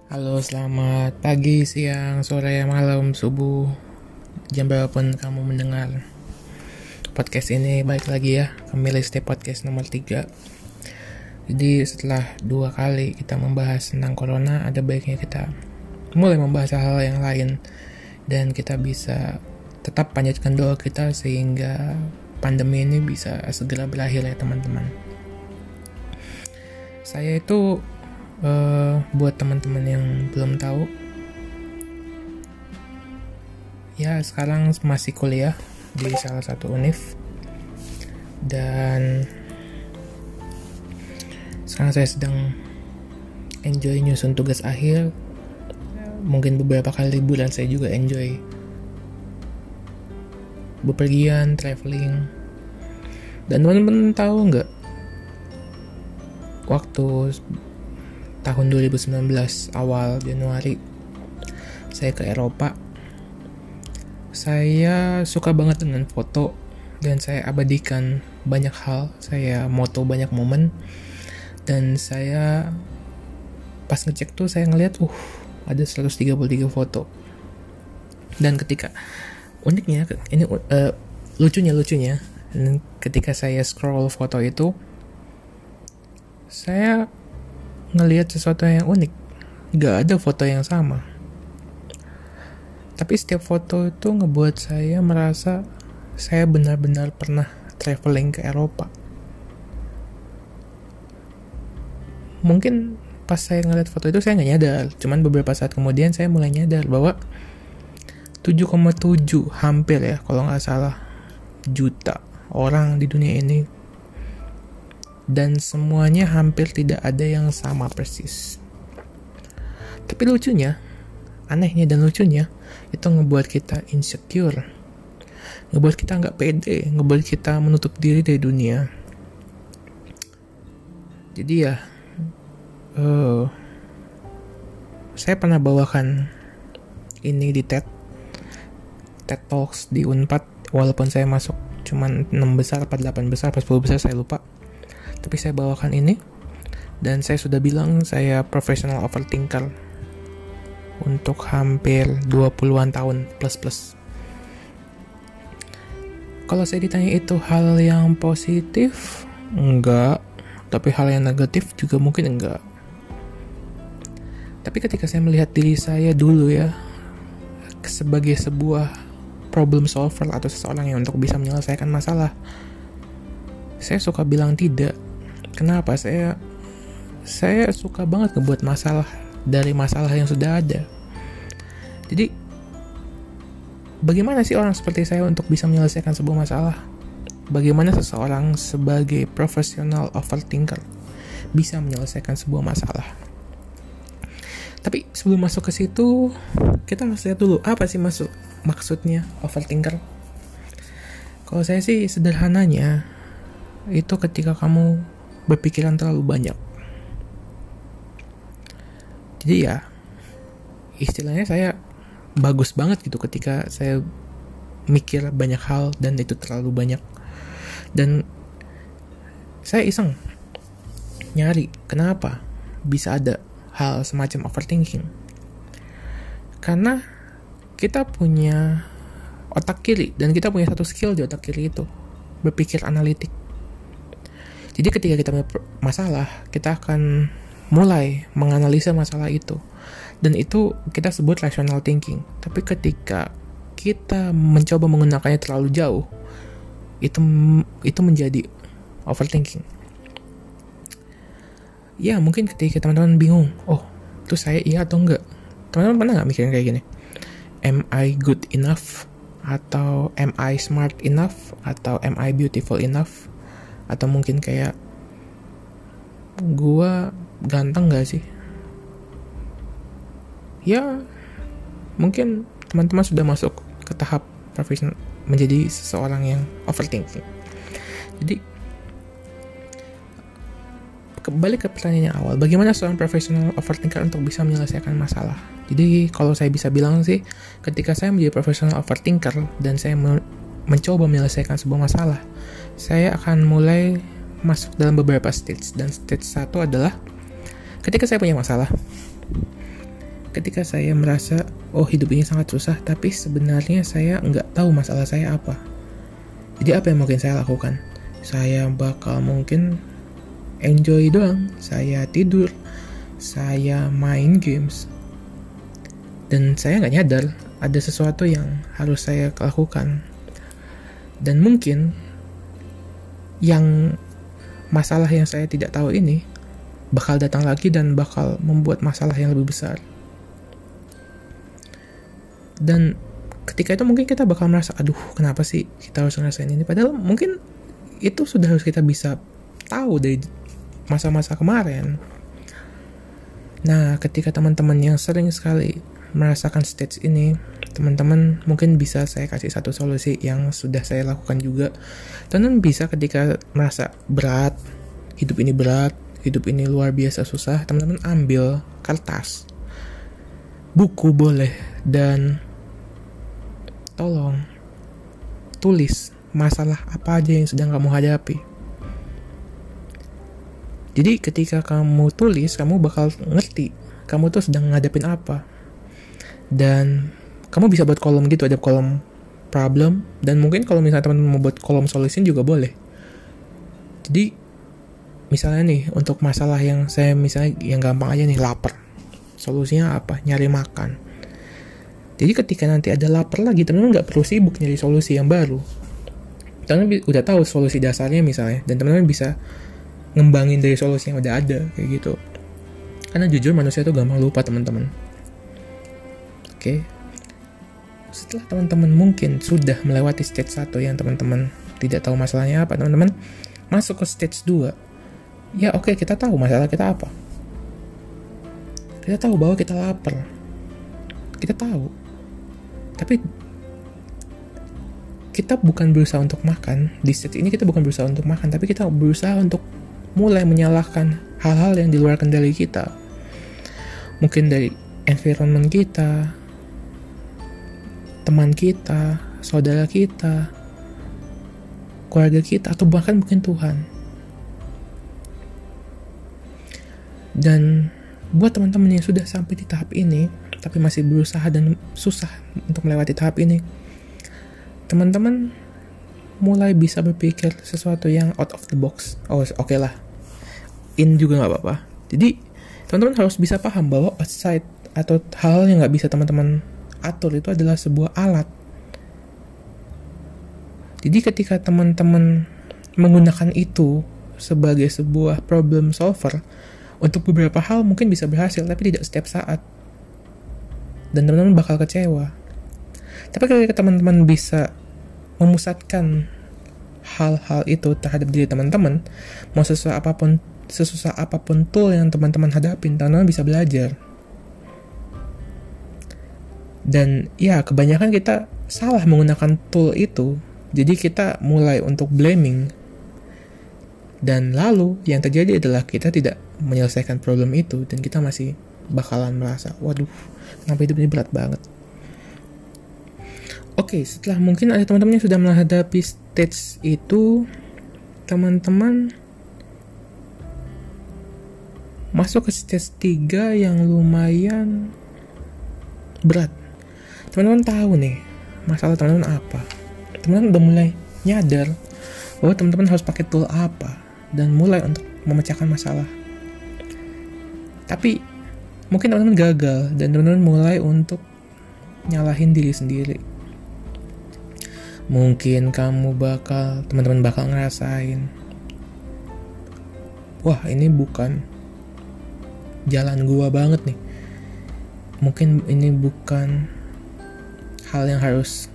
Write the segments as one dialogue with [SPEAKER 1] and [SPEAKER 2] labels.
[SPEAKER 1] Halo, selamat pagi, siang, sore, malam, subuh. Jam berapapun kamu mendengar podcast ini, balik lagi ya ke Miliste Podcast nomor 3. Jadi setelah 2 kali kita membahas tentang corona, ada baiknya kita mulai membahas hal yang lain. Dan kita bisa tetap panjatkan doa kita sehingga pandemi ini bisa segera berakhir ya teman-teman. Saya itu buat teman-teman yang belum tahu, ya sekarang masih kuliah di salah satu univ, dan sekarang saya sedang enjoy nyusun tugas akhir. Mungkin beberapa kali liburan saya juga enjoy bepergian, traveling. Dan teman-teman tahu nggak, waktu tahun 2019 awal Januari saya ke Eropa. Saya suka banget dengan foto dan saya abadikan banyak hal. Saya moto banyak momen, dan saya pas ngecek tuh saya ngeliat ada 133 foto. Dan uniknya ini lucunya ketika saya scroll foto itu, saya ngelihat sesuatu yang unik. Gak ada foto yang sama, tapi setiap foto itu ngebuat saya merasa saya benar-benar pernah traveling ke Eropa. Mungkin pas saya ngeliat foto itu saya gak nyadar, cuman beberapa saat kemudian saya mulai nyadar bahwa 7,7 hampir ya kalau gak salah juta orang di dunia ini, dan semuanya hampir tidak ada yang sama persis. Tapi anehnya dan lucunya, itu ngebuat kita insecure, ngebuat kita nggak pede, ngebuat kita menutup diri dari dunia. Jadi ya, saya pernah bawakan ini di TED Talks di Unpad, walaupun saya masuk cuman 6 besar, 8 besar, 10 besar saya lupa. Tapi saya bawakan ini, dan saya sudah bilang saya professional overthinker untuk hampir 20-an tahun plus. Kalau saya ditanya itu hal yang positif, enggak. Tapi hal yang negatif juga mungkin enggak. Tapi ketika saya melihat diri saya dulu ya, sebagai sebuah problem solver atau seseorang yang untuk bisa menyelesaikan masalah, saya suka bilang tidak. Kenapa? Saya suka banget ngebuat masalah dari masalah yang sudah ada. Jadi bagaimana sih orang seperti saya untuk bisa menyelesaikan sebuah masalah? Bagaimana seseorang sebagai profesional overthinker bisa menyelesaikan sebuah masalah? Tapi sebelum masuk ke situ, kita harus lihat dulu apa sih maksudnya overthinker. Kalau saya sih sederhananya, itu ketika kamu berpikiran terlalu banyak. Jadi ya, istilahnya saya bagus banget gitu ketika saya mikir banyak hal dan itu terlalu banyak. Dan saya iseng nyari kenapa bisa ada hal semacam overthinking. Karena kita punya otak kiri, dan kita punya satu skill di otak kiri itu, berpikir analitik. Jadi ketika kita punya masalah, kita akan mulai menganalisa masalah itu, dan itu kita sebut rational thinking. Tapi ketika kita mencoba menggunakannya terlalu jauh, itu menjadi overthinking. Ya mungkin ketika teman-teman bingung, itu saya iya atau enggak? Teman-teman pernah nggak mikirin kayak gini? Am I good enough? Atau am I smart enough? Atau am I beautiful enough? Atau mungkin kayak, gua ganteng gak sih? Ya, mungkin teman-teman sudah masuk ke tahap profesional menjadi seseorang yang overthinking. Jadi, kembali ke pertanyaan yang awal, bagaimana seorang profesional overthinker untuk bisa menyelesaikan masalah? Jadi, kalau saya bisa bilang sih, ketika saya menjadi profesional overthinker dan saya mencoba menyelesaikan sebuah masalah, saya akan mulai masuk dalam beberapa stage. Dan stage 1 adalah ketika saya punya masalah, ketika saya merasa, oh hidup ini sangat susah, tapi sebenarnya saya nggak tahu masalah saya apa. Jadi apa yang mungkin saya lakukan? Saya bakal mungkin enjoy doang, saya tidur, saya main games, dan saya nggak nyadar ada sesuatu yang harus saya lakukan. Dan mungkin yang masalah yang saya tidak tahu ini bakal datang lagi dan bakal membuat masalah yang lebih besar. Dan ketika itu mungkin kita bakal merasa, aduh kenapa sih kita harus ngerasain ini, padahal mungkin itu sudah harus kita bisa tahu dari masa-masa kemarin. Nah, ketika teman-teman yang sering sekali merasakan stage ini, teman-teman mungkin bisa saya kasih satu solusi yang sudah saya lakukan juga. Teman-teman bisa ketika merasa berat, hidup ini berat, hidup ini luar biasa susah, teman-teman ambil kertas, buku boleh, dan tolong tulis masalah apa aja yang sedang kamu hadapi. Jadi ketika kamu tulis, kamu bakal ngerti kamu tuh sedang ngadepin apa. Dan kamu bisa buat kolom gitu, ada kolom problem, dan mungkin kalau misalnya teman-teman mau buat kolom solution juga boleh. Jadi misalnya nih, untuk masalah yang saya misalnya yang gampang aja nih, lapar. Solusinya apa? Nyari makan. Jadi ketika nanti ada lapar lagi, teman-teman nggak perlu sibuk nyari solusi yang baru. Teman-teman udah tahu solusi dasarnya misalnya, dan teman-teman bisa ngembangin dari solusi yang udah ada, kayak gitu. Karena jujur manusia tuh gampang lupa, teman-teman. Oke. Setelah teman-teman mungkin sudah melewati stage 1 yang teman-teman tidak tahu masalahnya apa, teman-teman masuk ke stage 2. Ya oke, kita tahu masalah kita apa. Kita tahu bahwa kita lapar. Kita tahu. Tapi kita bukan berusaha untuk makan. Di stage ini kita bukan berusaha untuk makan, tapi kita berusaha untuk mulai menyalahkan hal-hal yang di luar kendali kita. Mungkin dari environment kita, teman kita, saudara kita, keluarga kita, atau bahkan mungkin Tuhan. Dan buat teman-teman yang sudah sampai di tahap ini tapi masih berusaha dan susah untuk melewati tahap ini, teman-teman mulai bisa berpikir sesuatu yang out of the box. Oh oke lah, in juga gak apa-apa. Jadi teman-teman harus bisa paham bahwa outside atau hal yang gak bisa teman-teman atur itu adalah sebuah alat. Jadi ketika teman-teman menggunakan itu sebagai sebuah problem solver, untuk beberapa hal mungkin bisa berhasil, tapi tidak setiap saat. Dan teman-teman bakal kecewa. Tapi kalau teman-teman bisa memusatkan hal-hal itu terhadap diri teman-teman, mau sesusah apapun tool yang teman-teman hadapin, teman-teman bisa belajar. Dan ya, kebanyakan kita salah menggunakan tool itu, jadi kita mulai untuk blaming. Dan lalu yang terjadi adalah kita tidak menyelesaikan problem itu, dan kita masih bakalan merasa, waduh, kenapa hidup ini berat banget. Oke, setelah mungkin ada teman-teman yang sudah menghadapi stage itu, teman-teman masuk ke stage 3 yang lumayan berat. Teman-teman tahu nih masalah teman-teman apa. Teman-teman udah mulai nyadar bahwa teman-teman harus pakai tool apa dan mulai untuk memecahkan masalah. Tapi mungkin teman-teman gagal dan teman-teman mulai untuk nyalahin diri sendiri. Mungkin teman-teman bakal ngerasain, wah ini bukan jalan gua banget nih. Mungkin ini bukan hal yang harus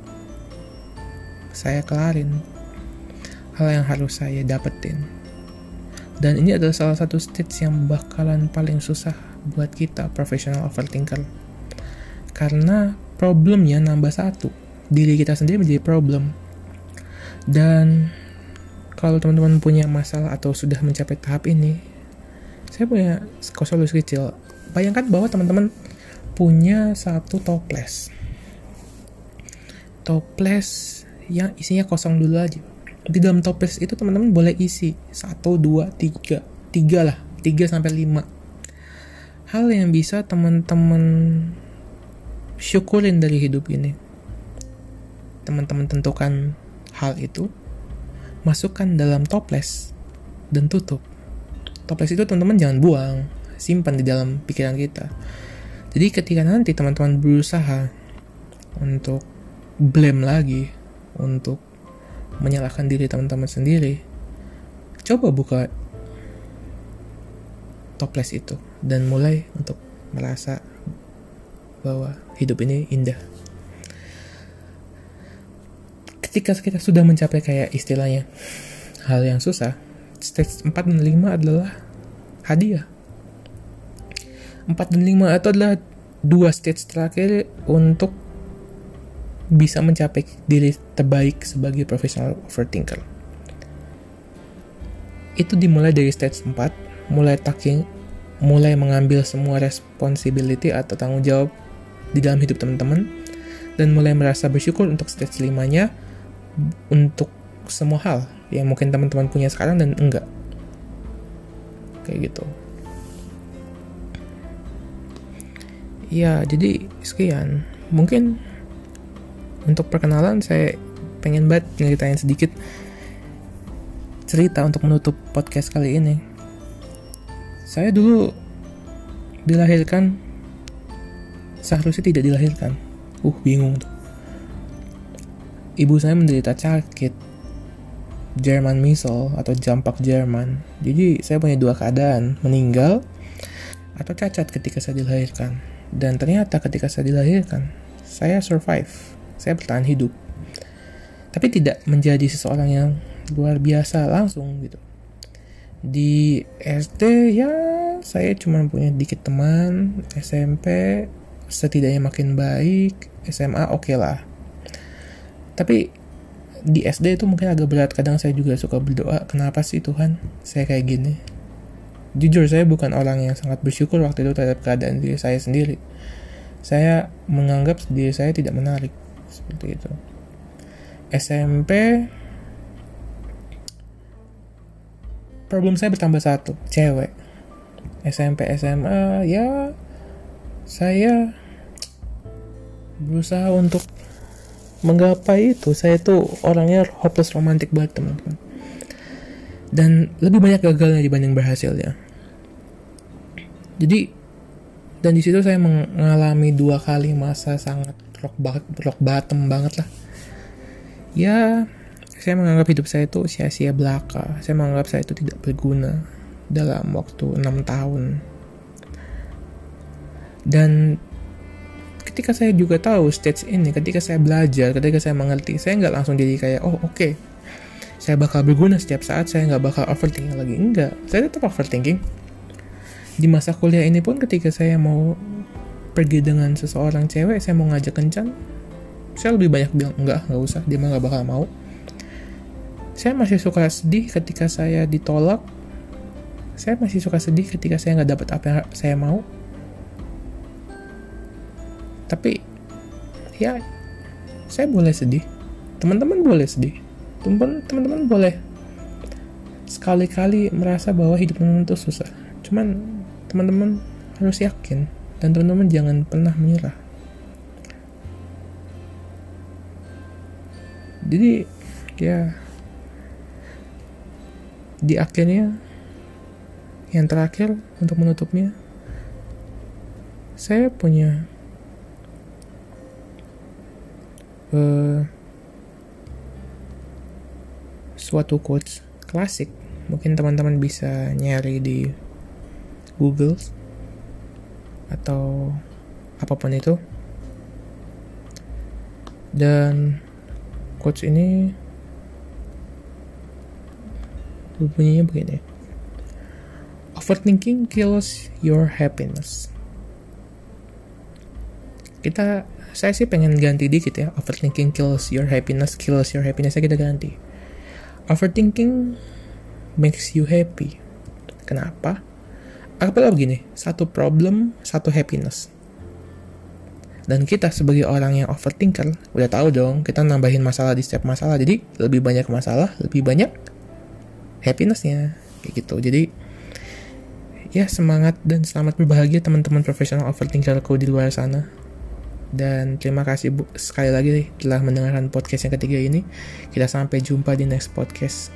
[SPEAKER 1] saya kelarin, hal yang harus saya dapetin. Dan ini adalah salah satu stage yang bakalan paling susah buat kita professional overthinker. Karena problemnya nambah satu. Diri kita sendiri menjadi problem. Dan kalau teman-teman punya masalah atau sudah mencapai tahap ini, saya punya solusi kecil. Bayangkan bahwa teman-teman punya satu toples. Toples yang isinya kosong dulu aja. Di dalam toples itu teman-teman boleh isi 1, 2, 3 lah, 3 sampai 5. hal yang bisa teman-teman syukurin dari hidup ini. Teman-teman tentukan hal itu, masukkan dalam toples dan tutup. Toples itu teman-teman jangan buang, simpan di dalam pikiran kita. Jadi ketika nanti teman-teman berusaha untuk blame lagi, untuk menyalahkan diri teman-teman sendiri, coba buka toples itu dan mulai untuk merasa bahwa hidup ini indah. Ketika kita sudah mencapai kayak istilahnya hal yang susah, stage 4 dan 5 adalah hadiah. 4 dan 5 itu adalah 2 stage terakhir untuk bisa mencapai diri terbaik sebagai profesional overthinker. Itu dimulai dari stage 4, mulai mengambil semua responsibility atau tanggung jawab di dalam hidup teman-teman, dan mulai merasa bersyukur untuk stage 5-nya untuk semua hal yang mungkin teman-teman punya sekarang dan enggak. Kayak gitu. Ya, jadi sekian. Mungkin untuk perkenalan saya pengen banget nyeritain sedikit cerita untuk menutup podcast kali ini. Saya dulu dilahirkan seharusnya tidak dilahirkan. Bingung tuh. Ibu saya menderita sakit German measles atau campak Jerman. Jadi saya punya 2 keadaan, meninggal atau cacat ketika saya dilahirkan. Dan ternyata ketika saya dilahirkan, saya survive. Saya bertahan hidup. Tapi tidak menjadi seseorang yang luar biasa langsung gitu. Di SD ya saya cuma punya dikit teman, SMP setidaknya makin baik, SMA oke lah. Tapi di SD itu mungkin agak berat, kadang saya juga suka berdoa, kenapa sih Tuhan saya kayak gini? Jujur saya bukan orang yang sangat bersyukur waktu itu terhadap keadaan diri saya sendiri. Saya menganggap diri saya tidak menarik, seperti itu. SMP problem saya bertambah 1, cewek. SMP, SMA, ya saya berusaha untuk menggapai itu. Saya tuh orangnya hopeless romantic banget, teman-teman. Dan lebih banyak gagalnya dibanding berhasilnya. Jadi, dan di situ saya mengalami 2 kali masa sangat rock bottom banget lah. Ya, saya menganggap hidup saya itu sia-sia belaka. Saya menganggap saya itu tidak berguna dalam waktu 6 tahun. Dan ketika saya juga tahu stage ini, ketika saya belajar, ketika saya mengerti, saya nggak langsung jadi kayak, oke, saya bakal berguna setiap saat, saya nggak bakal overthinking lagi. Enggak, saya tetap overthinking. Di masa kuliah ini pun ketika saya mau pergi dengan seseorang cewek, saya mau ngajak kencan, saya lebih banyak bilang, enggak usah, dia mah nggak bakal mau. Saya masih suka sedih ketika saya ditolak. Saya masih suka sedih ketika saya nggak dapat apa yang saya mau. Tapi, ya, saya boleh sedih. Teman-teman boleh sedih. Teman-teman boleh sekali-kali merasa bahwa hidup teman-teman itu susah. Cuman, teman-teman harus yakin. Dan teman-teman jangan pernah menyerah. Jadi, ya, di akhirnya, yang terakhir untuk menutupnya, saya punya suatu quotes klasik. Mungkin teman-teman bisa nyari di Google atau apapun itu. Dan quotes ini bunyinya begini: overthinking kills your happiness. Saya sih pengen ganti dikit ya. Overthinking kills your happiness kita ganti. Overthinking makes you happy. Kenapa? Apalagi begini, 1 problem, 1 happiness. Dan kita sebagai orang yang overthinker, udah tahu dong, kita nambahin masalah di setiap masalah. Jadi, lebih banyak masalah, lebih banyak happiness-nya. Kayak gitu. Jadi, ya semangat dan selamat berbahagia teman-teman profesional overthinkerku di luar sana. Dan terima kasih sekali lagi telah mendengarkan podcast yang ketiga ini. Kita sampai jumpa di next podcast.